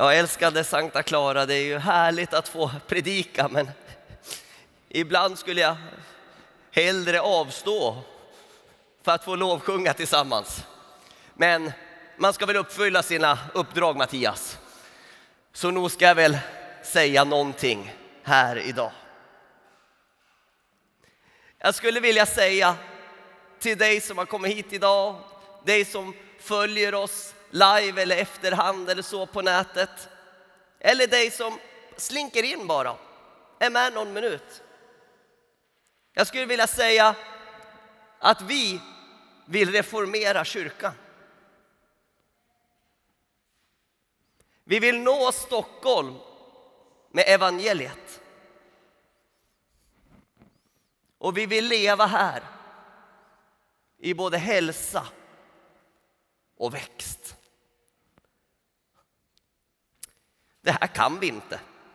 Jag älskade Sankta Clara, det är ju härligt att få predika, men ibland skulle jag hellre avstå för att få lovsjunga tillsammans. Men man ska väl uppfylla sina uppdrag, Mattias. Så nog ska jag väl säga någonting här idag. Jag skulle vilja säga till dig som har kommit hit idag, dig som följer oss live eller efterhand eller så på nätet, eller dig som slinker in bara, är med någon minut. Jag skulle vilja säga att vi vill reformera kyrkan. Vi vill nå Stockholm med evangeliet. Och vi vill leva här i både hälsa och växt. Det här kan vi inte.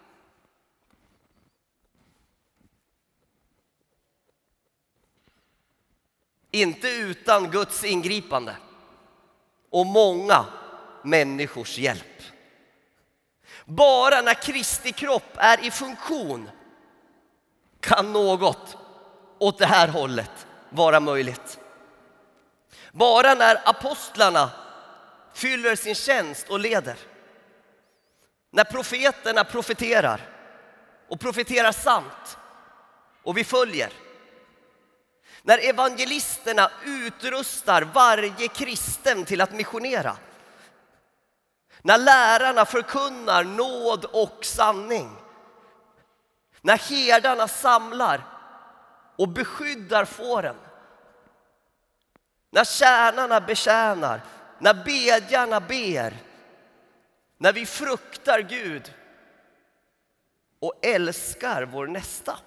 Inte utan Guds ingripande och många människors hjälp. Bara när Kristi kropp är i funktion kan något åt det här hållet vara möjligt. Bara när apostlarna fyller sin tjänst och leder. När profeterna profeterar och profeterar sant och vi följer. När evangelisterna utrustar varje kristen till att missionera. När lärarna förkunnar nåd och sanning. När herdarna samlar och beskyddar fåren. När tjänarna betjänar. När bedjarna ber. När vi fruktar Gud och älskar vår nästa.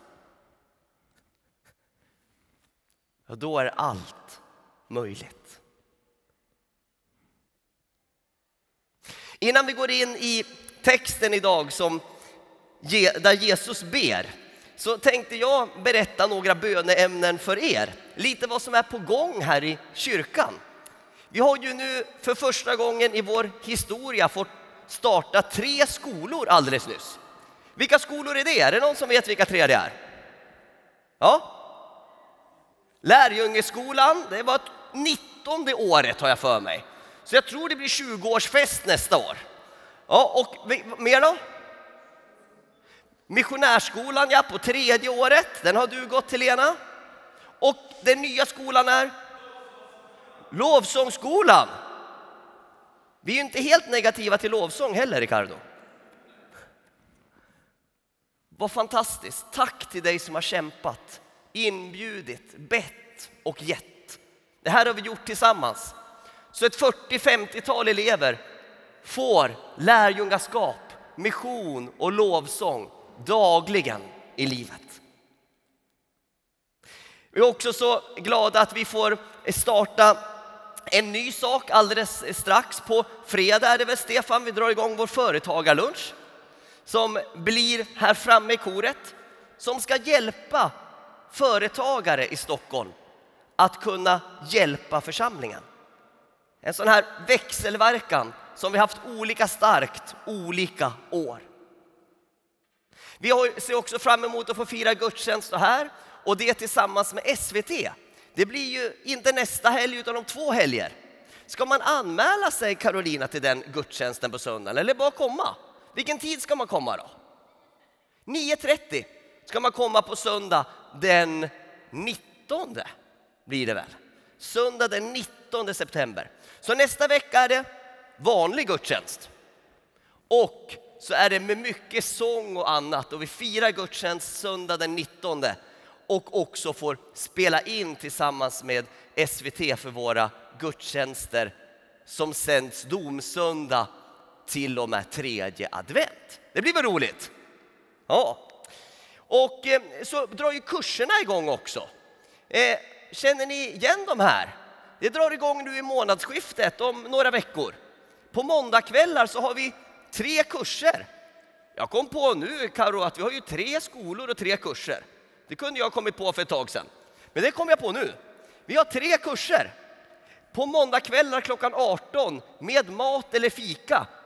Ja, då är allt möjligt. Innan vi går in i texten idag där Jesus ber, så tänkte jag berätta några böneämnen för er. Lite vad som är på gång här i kyrkan. Vi har ju nu för första gången i vår historia fått starta 3 skolor alldeles nyss. Vilka skolor är det? Är det någon som vet vilka 3 det är? Ja. Lärjungeskolan, det var 19:e året har jag för mig. Så jag tror det blir 20-årsfest nästa år. Ja, och mer då? Missionärskolan, ja, på 3:e året. Den har du gått till, Lena. Och den nya skolan är? Lovsångsskolan. Vi är inte helt negativa till lovsång heller, Ricardo. Vad fantastiskt. Tack till dig som har kämpat, inbjudit, bett och gett. Det här har vi gjort tillsammans. Så ett 40-50-tal elever får lärjungaskap, mission och lovsång dagligen i livet. Vi är också så glada att vi får starta en ny sak alldeles strax. På fredag är det väl, Stefan, vi drar igång vår företagarlunch som blir här framme i koret, som ska hjälpa företagare i Stockholm att kunna hjälpa församlingen. En sån här växelverkan som vi haft olika starkt olika år. Vi ser också fram emot att få fira gudstjänst här, och det tillsammans med SVT. Det blir ju inte nästa helg utan om 2 helger. Ska man anmäla sig, Carolina, till den gudstjänsten på söndagen eller bara komma? Vilken tid ska man komma då? 9:30 ska man komma på söndag den 19 blir det väl. Söndag den 19 september. Så nästa vecka är det vanlig gudstjänst. Och så är det med mycket sång och annat. Och vi firar gudstjänst söndag den 19. Och också får spela in tillsammans med SVT för våra gudstjänster som sänds domsöndag till och med 3:e advent. Det blir väl roligt? Ja. Och så drar ju kurserna igång också. Känner ni igen de här? Det drar igång nu i månadsskiftet om några veckor. På måndagskvällar så har vi 3 kurser. Jag kom på nu, Karo, att vi har ju 3 skolor och 3 kurser. Det kunde jag ha kommit på för ett tag sedan. Men det kom jag på nu. Vi har 3 kurser. På måndagskvällar klockan 18 med mat eller fika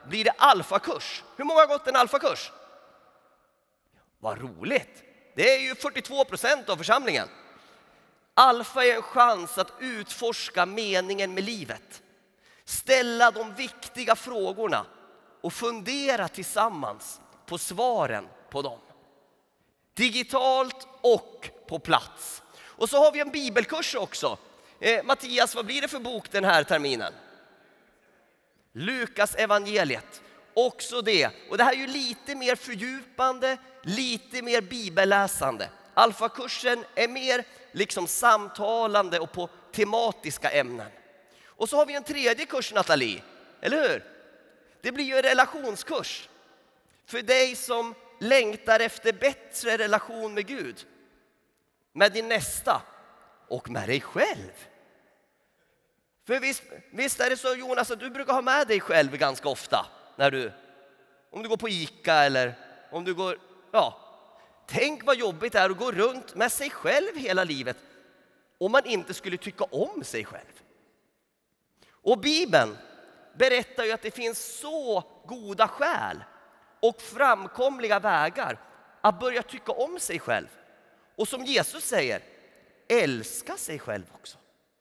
blir det alfakurs. Hur många har gått en alfakurs? Vad roligt! Det är ju 42% av församlingen. Alfa är en chans att utforska meningen med livet. Ställa de viktiga frågorna och fundera tillsammans på svaren på dem. Digitalt och på plats. Och så har vi en bibelkurs också. Mattias, vad blir det för bok den här terminen? Lukas evangeliet. Också det. Och det här är ju lite mer fördjupande, lite mer bibelläsande. Alfakursen är mer liksom samtalande och på tematiska ämnen. Och så har vi en tredje kurs, Nathalie. Eller hur? Det blir ju en relationskurs. För dig som längtar efter bättre relation med Gud. Med din nästa och med dig själv. För visst är det så, Jonas, att du brukar ha med dig själv ganska ofta. Om du går på Ica eller om du går... Ja, tänk vad jobbigt det är att gå runt med sig själv hela livet. Om man inte skulle tycka om sig själv. Och Bibeln berättar ju att det finns så goda skäl och framkomliga vägar att börja tycka om sig själv. Och som Jesus säger, älska sig själv också.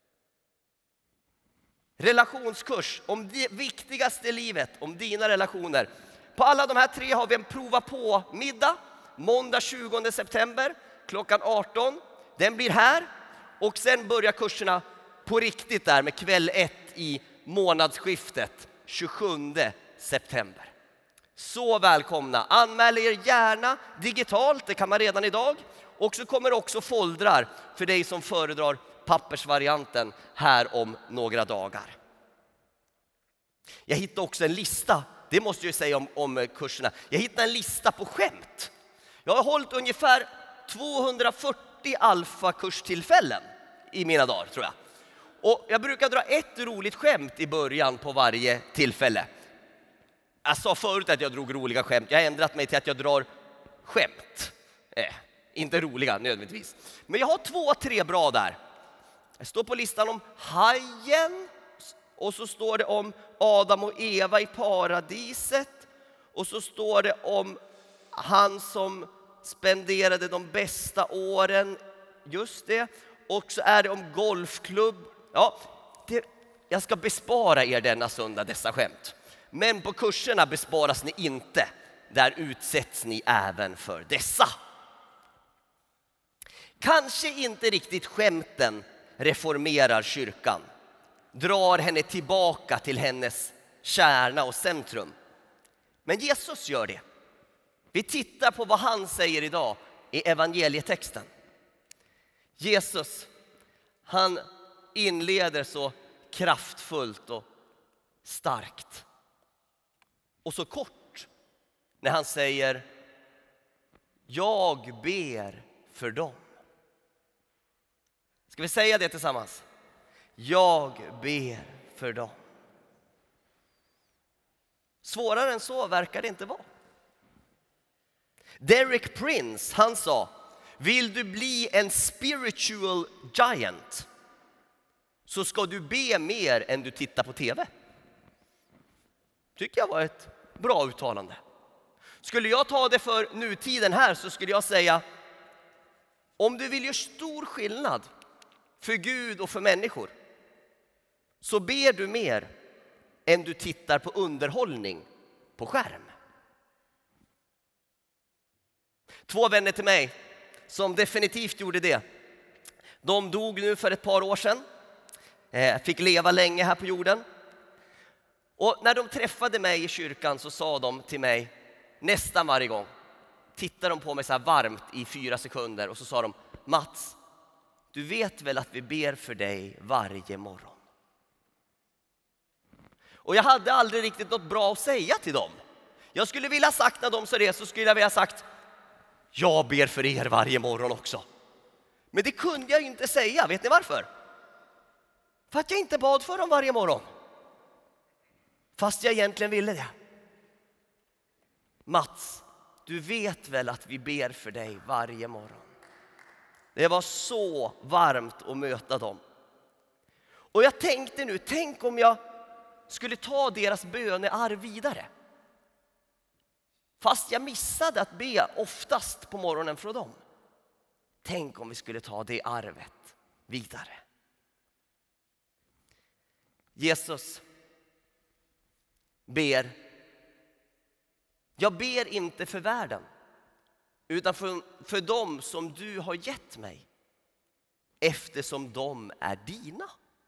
Relationskurs om det viktigaste i livet, om dina relationer. På alla de här 3 har vi en prova på middag. Måndag 20 september klockan 18. Den blir här. Och sen börjar kurserna på riktigt där med kväll 1 i månadsskiftet 27 september. Så välkomna. Anmäl er gärna digitalt, det kan man redan idag. Och så kommer också foldrar för dig som föredrar pappersvarianten här om några dagar. Jag hittade också en lista, det måste jag säga om kurserna. Jag hittade en lista på skämt. Jag har hållit ungefär 240 alfakurstillfällen i mina dagar, tror jag. Och jag brukar dra ett roligt skämt i början på varje tillfälle. Jag sa förut att jag drog roliga skämt. Jag har ändrat mig till att jag drar skämt. Inte roliga nödvändigtvis. Men jag har 2-3 bra där. Jag står på listan om hajen. Och så står det om Adam och Eva i paradiset. Och så står det om han som spenderade de bästa åren. Just det. Och så är det om golfklubb. Ja, jag ska bespara er denna söndag dessa skämt. Men på kurserna besparas ni inte. Där utsätts ni även för dessa. Kanske inte riktigt skämten reformerar kyrkan. Drar henne tillbaka till hennes kärna och centrum. Men Jesus gör det. Vi tittar på vad han säger idag i evangelietexten. Jesus, han inleder så kraftfullt och starkt. Och så kort när han säger: jag ber för dem. Ska vi säga det tillsammans? Jag ber för dem. Svårare än så verkar det inte vara. Derek Prince, han sa: vill du bli en spiritual giant så ska du be mer än du tittar på tv. Tycker jag var ett bra uttalande. Skulle jag ta det för nutiden här så skulle jag säga: om du vill göra stor skillnad för Gud och för människor så ber du mer än du tittar på underhållning på skärm. 2 vänner till mig som definitivt gjorde det. De dog nu för ett par år sedan. Fick leva länge här på jorden. Och när de träffade mig i kyrkan så sa de till mig nästan varje gång. Tittade de på mig så här varmt i 4 sekunder och så sa de: Mats, du vet väl att vi ber för dig varje morgon? Och jag hade aldrig riktigt något bra att säga till dem. Jag skulle vilja sagt när de sa det så skulle jag vilja sagt: jag ber för er varje morgon också. Men det kunde jag ju inte säga. Vet ni varför? För att jag inte bad för dem varje morgon. Fast jag egentligen ville det. Mats, du vet väl att vi ber för dig varje morgon? Det var så varmt att möta dem. Och jag tänkte nu, tänk om jag skulle ta deras bönearv vidare. Fast jag missade att be oftast på morgonen för dem. Tänk om vi skulle ta det arvet vidare. Jesus ber. Jag ber inte för världen, utan för dem som du har gett mig, eftersom de är dina.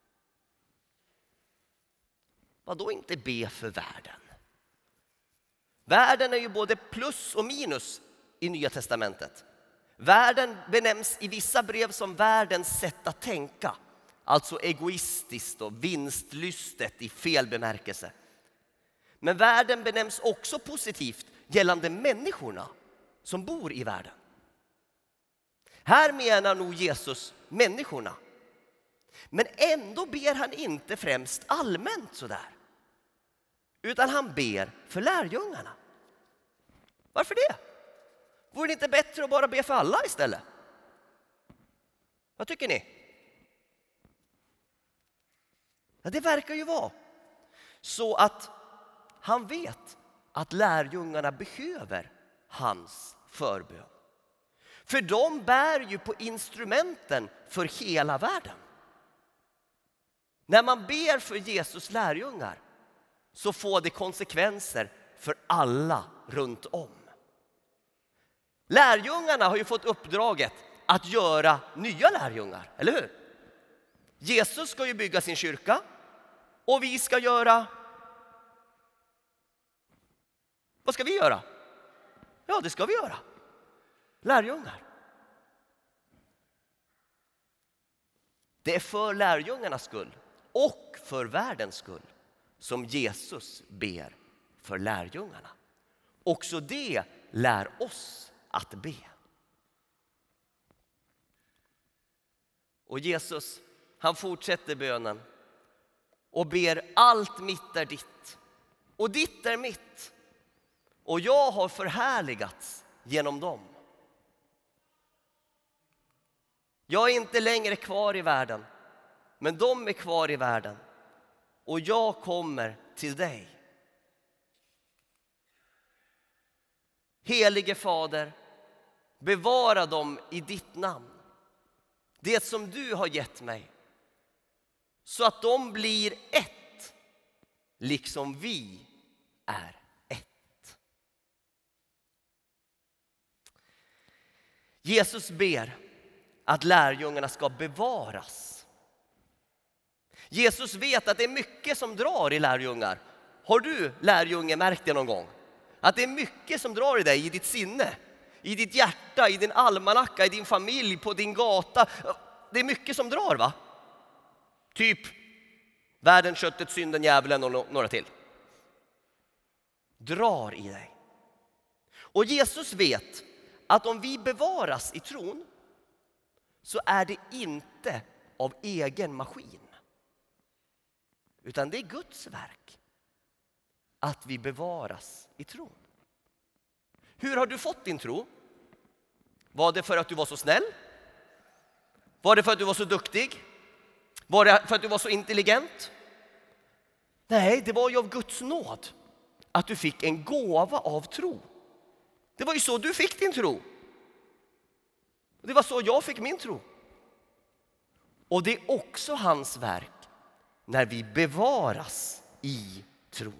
Vad då inte be för världen? Världen är ju både plus och minus i Nya testamentet. Världen benämns i vissa brev som världens sätt att tänka. Alltså egoistiskt och vinstlystet i fel bemärkelse. Men världen benämns också positivt gällande människorna som bor i världen. Här menar nog Jesus människorna. Men ändå ber han inte främst allmänt sådär. Utan han ber för lärjungarna. Varför det? Vore det inte bättre att bara be för alla istället? Vad tycker ni? Ja, det verkar ju vara så att han vet att lärjungarna behöver hans förbön. För de bär ju på instrumenten för hela världen. När man ber för Jesus lärjungar så får det konsekvenser för alla runt om. Lärjungarna har ju fått uppdraget att göra nya lärjungar, eller hur? Jesus ska ju bygga sin kyrka och vi ska göra... Vad ska vi göra? Ja, det ska vi göra. Lärjungar. Det är för lärjungarnas skull och för världens skull som Jesus ber för lärjungarna. Också det lär oss att be. Och Jesus, han fortsätter bönen och ber: allt mitt är ditt och ditt är mitt. Och jag har förhärligats genom dem. Jag är inte längre kvar i världen, men de är kvar i världen. Och jag kommer till dig. Helige Fader, bevara dem i ditt namn. Det som du har gett mig. Så att de blir ett, liksom vi är ett. Jesus ber att lärjungarna ska bevaras. Jesus vet att det är mycket som drar i lärjungar. Har du lärjunge märkt det någon gång? Att det är mycket som drar i dig, i ditt sinne, i ditt hjärta, i din almanacka, i din familj, på din gata. Det är mycket som drar, va? Typ världen, köttet, synden, djävulen och några till. Drar i dig. Och Jesus vet att om vi bevaras i tron så är det inte av egen maskin. Utan det är Guds verk att vi bevaras i tron. Hur har du fått din tro? Var det för att du var så snäll? Var det för att du var så duktig? Var det för att du var så intelligent? Nej, det var ju av Guds nåd att du fick en gåva av tro. Det var ju så du fick din tro. Det var så jag fick min tro. Och det är också hans verk när vi bevaras i tron.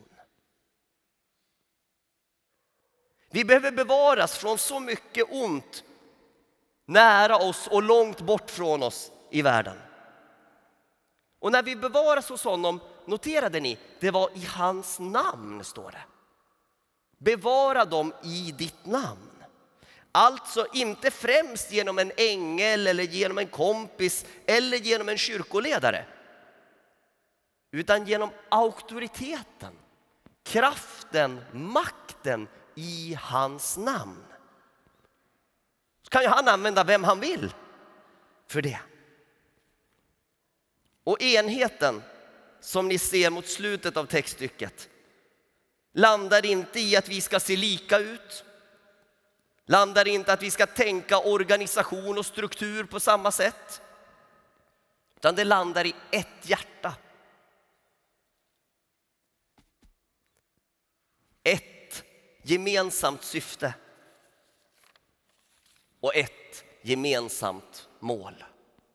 Vi behöver bevaras från så mycket ont nära oss och långt bort från oss i världen. Och när vi bevaras hos honom, noterade ni, det var i hans namn, står det. Bevara dem i ditt namn. Alltså inte främst genom en ängel eller genom en kompis eller genom en kyrkoledare. Utan genom auktoriteten, kraften, makten i hans namn. Så kan ju han använda vem han vill för det. Och enheten som ni ser mot slutet av textstycket landar inte i att vi ska se lika ut. Landar inte att vi ska tänka organisation och struktur på samma sätt. Utan det landar i ett hjärta. Ett gemensamt syfte och ett gemensamt mål.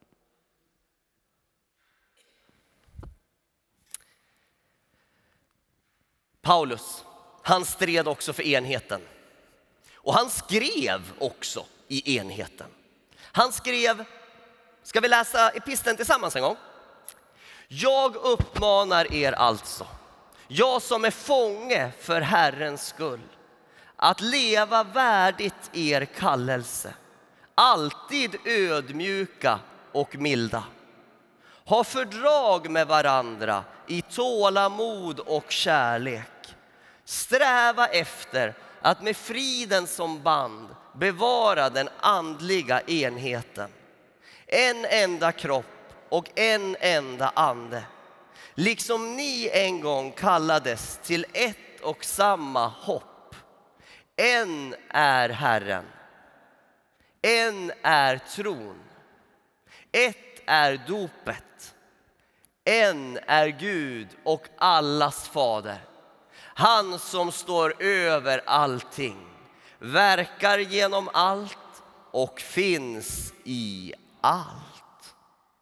Paulus, han stred också för enheten. Och han skrev också i enheten. Han skrev, ska vi läsa episteln tillsammans en gång? Jag uppmanar er alltså, jag som är fånge för Herrens skull, att leva värdigt er kallelse. Alltid ödmjuka och milda. Ha fördrag med varandra i tålamod och kärlek. Sträva efter att med friden som band bevara den andliga enheten. En enda kropp och en enda ande. Liksom ni en gång kallades till ett och samma hopp. En är Herren. En är tron. Ett är dopet. En är Gud och allas fader. Han som står över allting, verkar genom allt och finns i allt.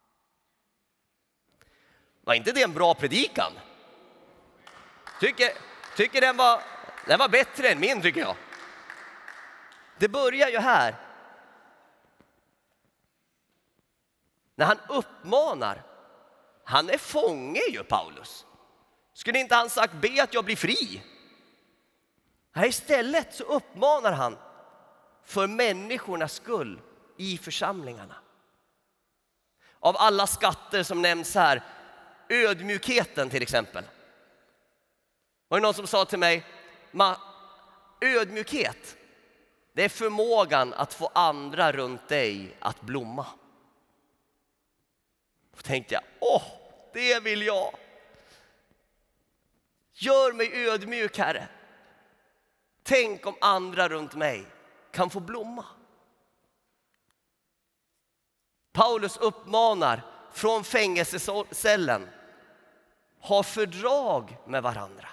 Var inte det en bra predikan? Tycker den var bättre än min, tycker jag. Det börjar ju här. När han uppmanar, han är fånge ju, Paulus. Skulle inte han sagt be att jag blir fri? Här istället så uppmanar han för människornas skull i församlingarna. Av alla skatter som nämns här, ödmjukheten till exempel. Var det någon som sa till mig, ödmjukhet, det är förmågan att få andra runt dig att blomma. Då tänkte jag, det vill jag. Gör mig ödmjuk, Herre. Tänk om andra runt mig kan få blomma. Paulus uppmanar från fängelsecellen, ha fördrag med varandra.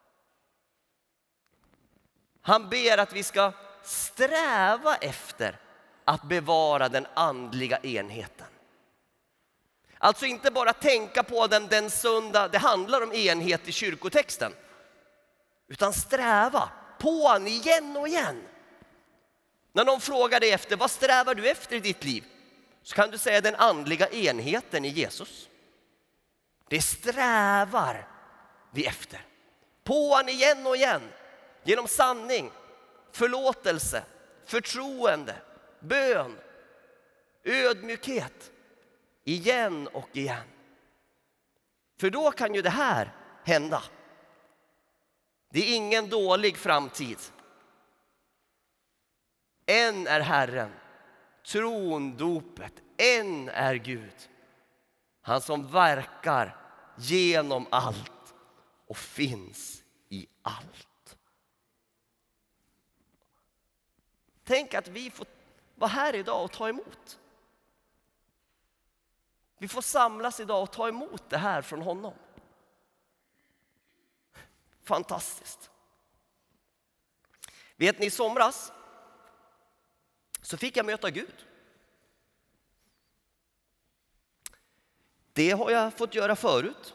Han ber att vi ska sträva efter att bevara den andliga enheten. Alltså inte bara tänka på den söndag det handlar om enhet i kyrkotexten, utan sträva på den igen och igen. När någon frågar dig efter, vad strävar du efter i ditt liv? Så kan du säga den andliga enheten i Jesus. Det strävar vi efter. På den igen och igen. Genom sanning, förlåtelse, förtroende, bön, ödmjukhet. Igen och igen. För då kan ju det här hända. Det är ingen dålig framtid. En är Herren, tron, dopet. En är Gud. Han som verkar genom allt och finns i allt. Tänk att vi får vara här idag och ta emot. Vi får samlas idag och ta emot det här från honom. Fantastiskt. Vet ni, i somras så fick jag möta Gud. Det har jag fått göra förut.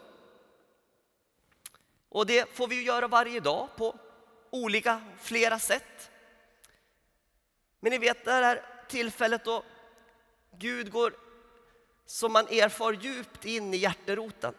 Och det får vi göra varje dag på flera sätt. Men ni vet, det här tillfället då Gud går som man erfar djupt in i hjärteroten.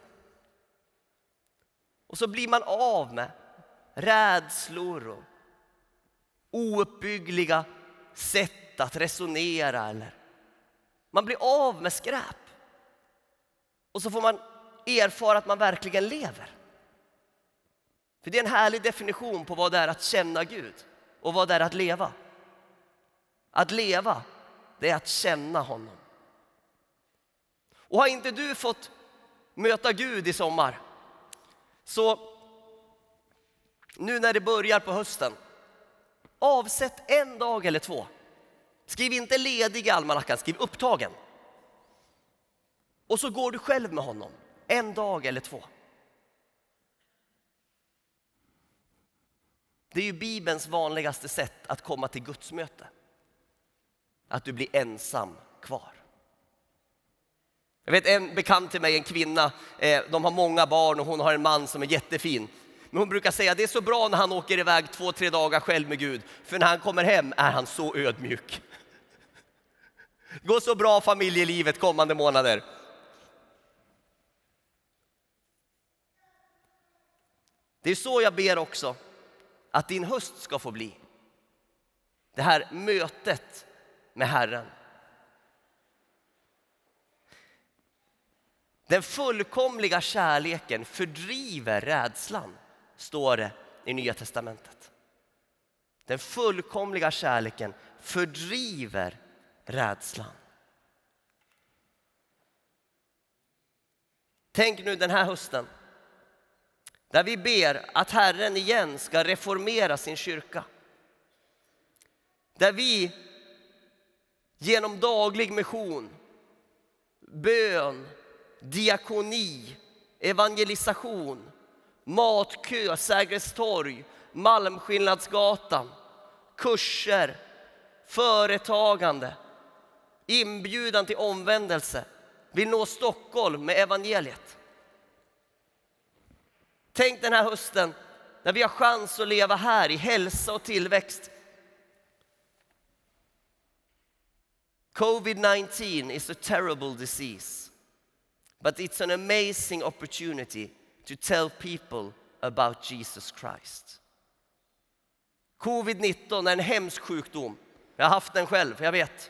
Och så blir man av med rädslor och ouppbyggliga sätt att resonera. Eller man blir av med skräp. Och så får man erfara att man verkligen lever. För det är en härlig definition på vad det är att känna Gud och vad det är att leva. Att leva, det är att känna honom. Och har inte du fått möta Gud i sommar, så nu när det börjar på hösten, avsätt en dag eller 2. Skriv inte ledig i almanackan, skriv upptagen. Och så går du själv med honom en dag eller 2. Det är ju Bibelns vanligaste sätt att komma till Guds möte. Att du blir ensam kvar. Jag vet en bekant till mig, en kvinna, de har många barn och hon har en man som är jättefin. Men hon brukar säga att det är så bra när han åker iväg 2-3 dagar själv med Gud. För när han kommer hem är han så ödmjuk. Det går så bra familjelivet kommande månader. Det är så jag ber också att din höst ska få bli. Det här mötet med Herren. Den fullkomliga kärleken fördriver rädslan, står det i Nya testamentet. Den fullkomliga kärleken fördriver rädslan. Tänk nu den här hösten, där vi ber att Herren igen ska reformera sin kyrka. Där vi genom daglig mission, bön, diakoni, evangelisation, matkö, Sergels torg, Malmskillnadsgatan, kurser, företagande, inbjudan till omvändelse, vill nå Stockholm med evangeliet. Tänk den här hösten när vi har chans att leva här i hälsa och tillväxt. COVID-19 is a terrible disease, but it's an amazing opportunity to tell people about Jesus Christ. Covid-19 är en hemsk sjukdom. Jag har haft den själv, jag vet.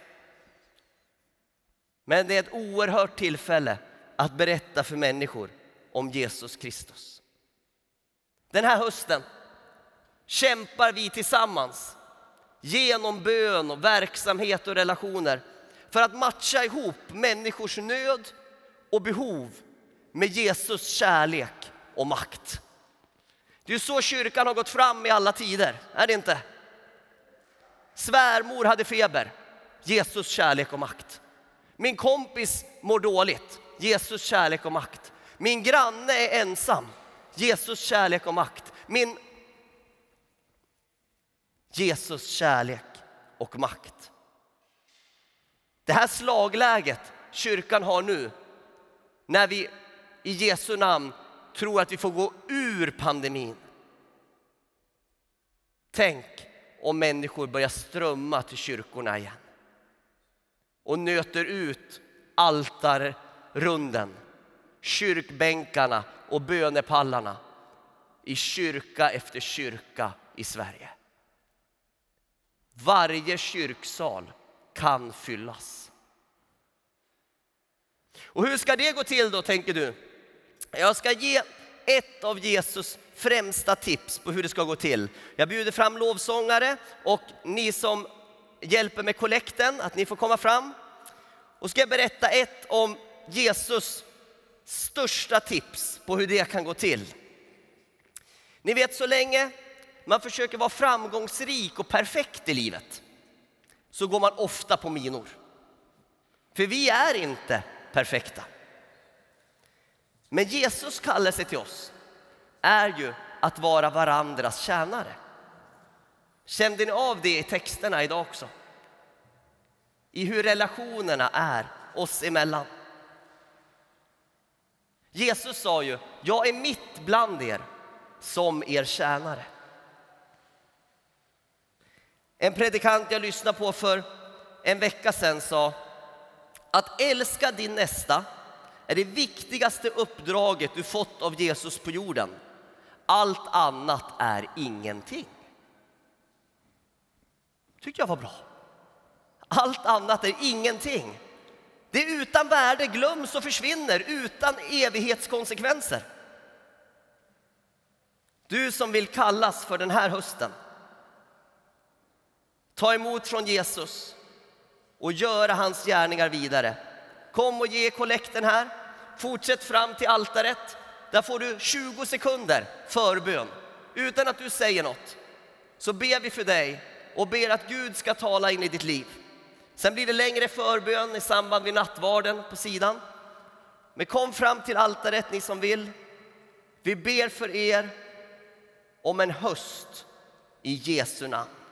Men det är ett oerhört tillfälle att berätta för människor om Jesus Kristus. Den här hösten kämpar vi tillsammans genom bön och verksamhet och relationer för att matcha ihop människors nöd och behov med Jesus kärlek och makt. Det är så kyrkan har gått fram i alla tider, är det inte? Svärmor hade feber, Jesus kärlek och makt. Min kompis mår dåligt, Jesus kärlek och makt. Min granne är ensam, Jesus kärlek och makt. Jesus kärlek och makt. Det här slagläget kyrkan har nu, när vi i Jesu namn tror att vi får gå ur pandemin. Tänk om människor börjar strömma till kyrkorna igen och nöter ut altarrunden, kyrkbänkarna och bönepallarna i kyrka efter kyrka i Sverige. Varje kyrksal kan fyllas. Och hur ska det gå till då, tänker du? Jag ska ge ett av Jesus främsta tips på hur det ska gå till. Jag bjuder fram lovsångare och ni som hjälper med kollekten, att ni får komma fram. Och ska jag berätta ett om Jesus största tips på hur det kan gå till. Ni vet, så länge man försöker vara framgångsrik och perfekt i livet så går man ofta på minor. För vi är inte perfekta. Men Jesus kallelse till oss är ju att vara varandras tjänare. Kände ni av det i texterna idag också? I hur relationerna är oss emellan. Jesus sa ju, jag är mitt bland er som er tjänare. En predikant jag lyssnade på för en vecka sedan sa att älska din nästa är det viktigaste uppdraget du fått av Jesus på jorden. Allt annat är ingenting. Tycker jag var bra. Allt annat är ingenting. Det är utan värde, glöms och försvinner utan evighetskonsekvenser. Du som vill kallas för den här hösten, ta emot från Jesus och göra hans gärningar vidare. Kom och ge kollekten här. Fortsätt fram till altaret. Där får du 20 sekunder förbön. Utan att du säger något så ber vi för dig och ber att Gud ska tala in i ditt liv. Sen blir det längre förbön i samband med nattvarden på sidan. Men kom fram till altaret ni som vill. Vi ber för er om en höst i Jesu namn.